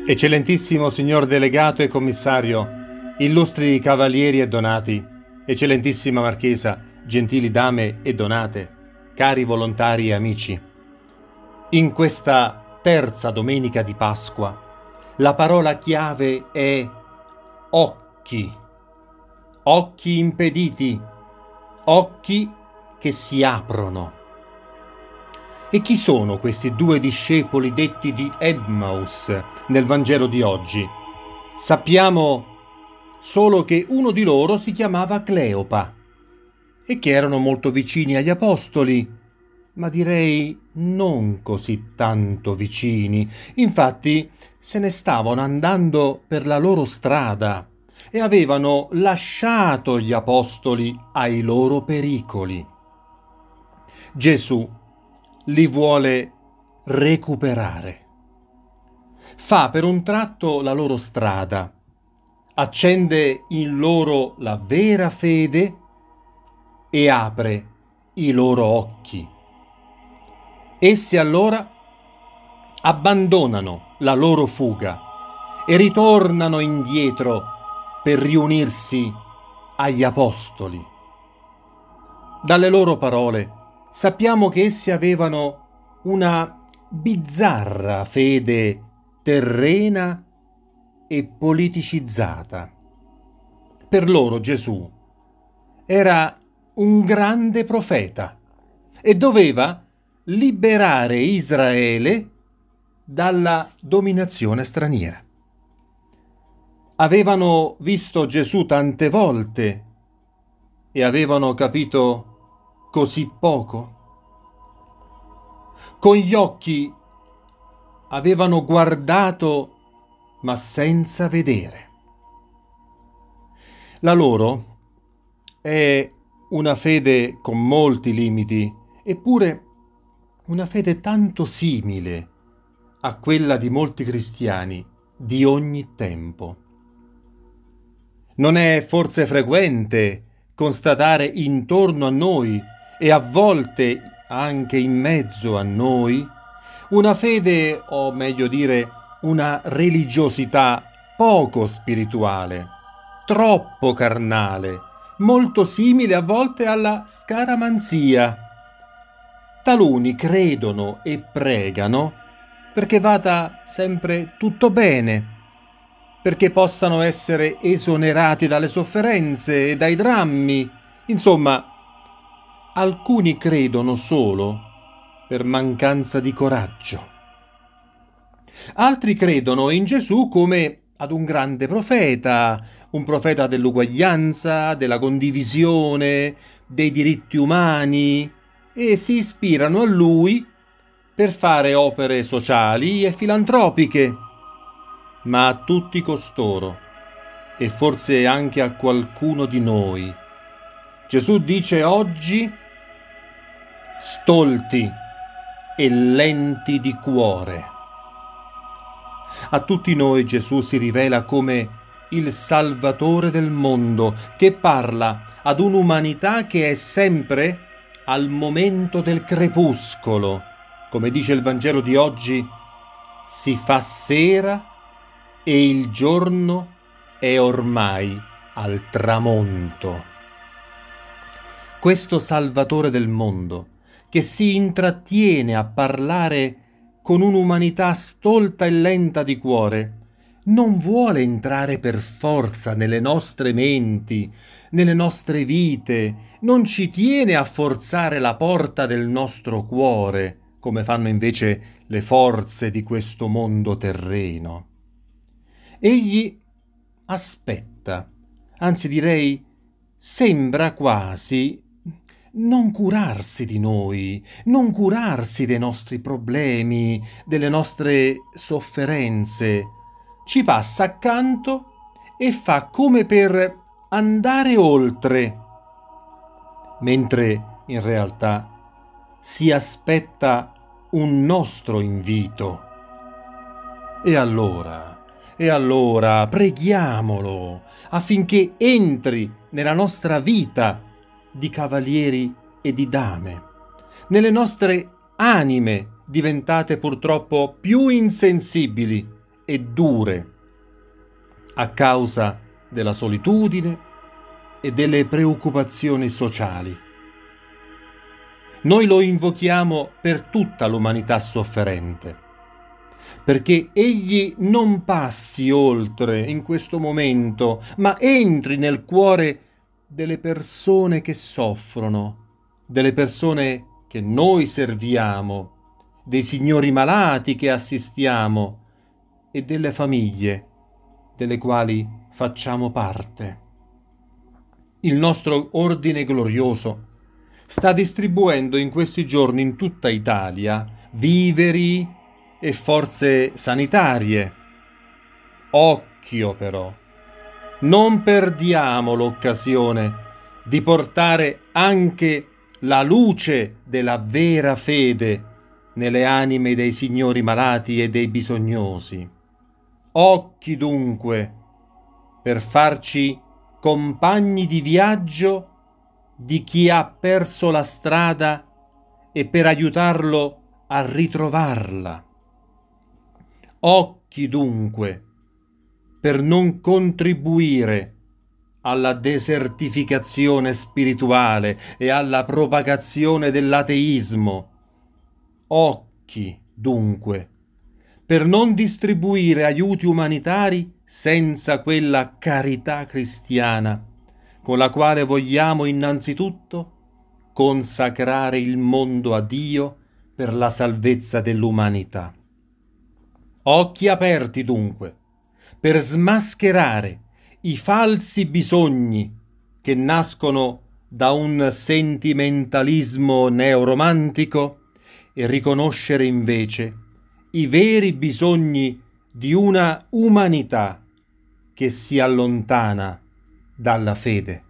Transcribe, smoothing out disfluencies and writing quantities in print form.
Eccellentissimo signor delegato e commissario, illustri cavalieri e donati, eccellentissima marchesa, gentili dame e donate, cari volontari e amici. In questa terza domenica di Pasqua, la parola chiave è occhi. Occhi impediti, occhi che si aprono. E chi sono questi due discepoli detti di Emmaus nel Vangelo di oggi? Sappiamo solo che uno di loro si chiamava Cleopa e che erano molto vicini agli apostoli, ma direi non così tanto vicini. Infatti se ne stavano andando per la loro strada e avevano lasciato gli apostoli ai loro pericoli. Gesù li vuole recuperare. Fa per un tratto la loro strada, accende in loro la vera fede e apre i loro occhi. Essi allora abbandonano la loro fuga e ritornano indietro per riunirsi agli apostoli. Dalle loro parole sappiamo che essi avevano una bizzarra fede terrena e politicizzata. Per loro Gesù era un grande profeta e doveva liberare Israele dalla dominazione straniera. Avevano visto Gesù tante volte e avevano capito così poco. Con gli occhi avevano guardato ma senza vedere. La loro è una fede con molti limiti, eppure una fede tanto simile a quella di molti cristiani di ogni tempo. Non è forse frequente constatare intorno a noi e a volte anche in mezzo a noi una fede, o meglio dire, una religiosità poco spirituale, troppo carnale, molto simile a volte alla scaramanzia. Taluni credono e pregano perché vada sempre tutto bene, perché possano essere esonerati dalle sofferenze e dai drammi. Insomma, alcuni credono solo per mancanza di coraggio. Altri credono in Gesù come ad un grande profeta, un profeta dell'uguaglianza, della condivisione, dei diritti umani, e si ispirano a lui per fare opere sociali e filantropiche. Ma a tutti costoro, e forse anche a qualcuno di noi, Gesù dice oggi: stolti e lenti di cuore. A tutti noi Gesù si rivela come il Salvatore del mondo, che parla ad un'umanità che è sempre al momento del crepuscolo. Come dice il Vangelo di oggi, si fa sera e il giorno è ormai al tramonto. Questo Salvatore del mondo, che si intrattiene a parlare con un'umanità stolta e lenta di cuore, non vuole entrare per forza nelle nostre menti, nelle nostre vite, non ci tiene a forzare la porta del nostro cuore, come fanno invece le forze di questo mondo terreno. Egli aspetta, anzi direi sembra quasi non curarsi di noi, non curarsi dei nostri problemi, delle nostre sofferenze. Ci passa accanto e fa come per andare oltre, mentre in realtà si aspetta un nostro invito. E allora preghiamolo affinché entri nella nostra vita di cavalieri e di dame, nelle nostre anime diventate purtroppo più insensibili e dure a causa della solitudine e delle preoccupazioni sociali. Noi lo invochiamo per tutta l'umanità sofferente, perché Egli non passi oltre in questo momento, ma entri nel cuore delle persone che soffrono, delle persone che noi serviamo, dei signori malati che assistiamo e delle famiglie delle quali facciamo parte. Il nostro ordine glorioso sta distribuendo in questi giorni in tutta Italia viveri e forze sanitarie. Occhio però, non perdiamo l'occasione di portare anche la luce della vera fede nelle anime dei signori malati e dei bisognosi. Occhi dunque per farci compagni di viaggio di chi ha perso la strada e per aiutarlo a ritrovarla. Occhi dunque per non contribuire alla desertificazione spirituale e alla propagazione dell'ateismo. Occhi dunque per non distribuire aiuti umanitari senza quella carità cristiana con la quale vogliamo innanzitutto consacrare il mondo a Dio per la salvezza dell'umanità. Occhi aperti dunque per smascherare i falsi bisogni che nascono da un sentimentalismo neoromantico e riconoscere invece i veri bisogni di una umanità che si allontana dalla fede.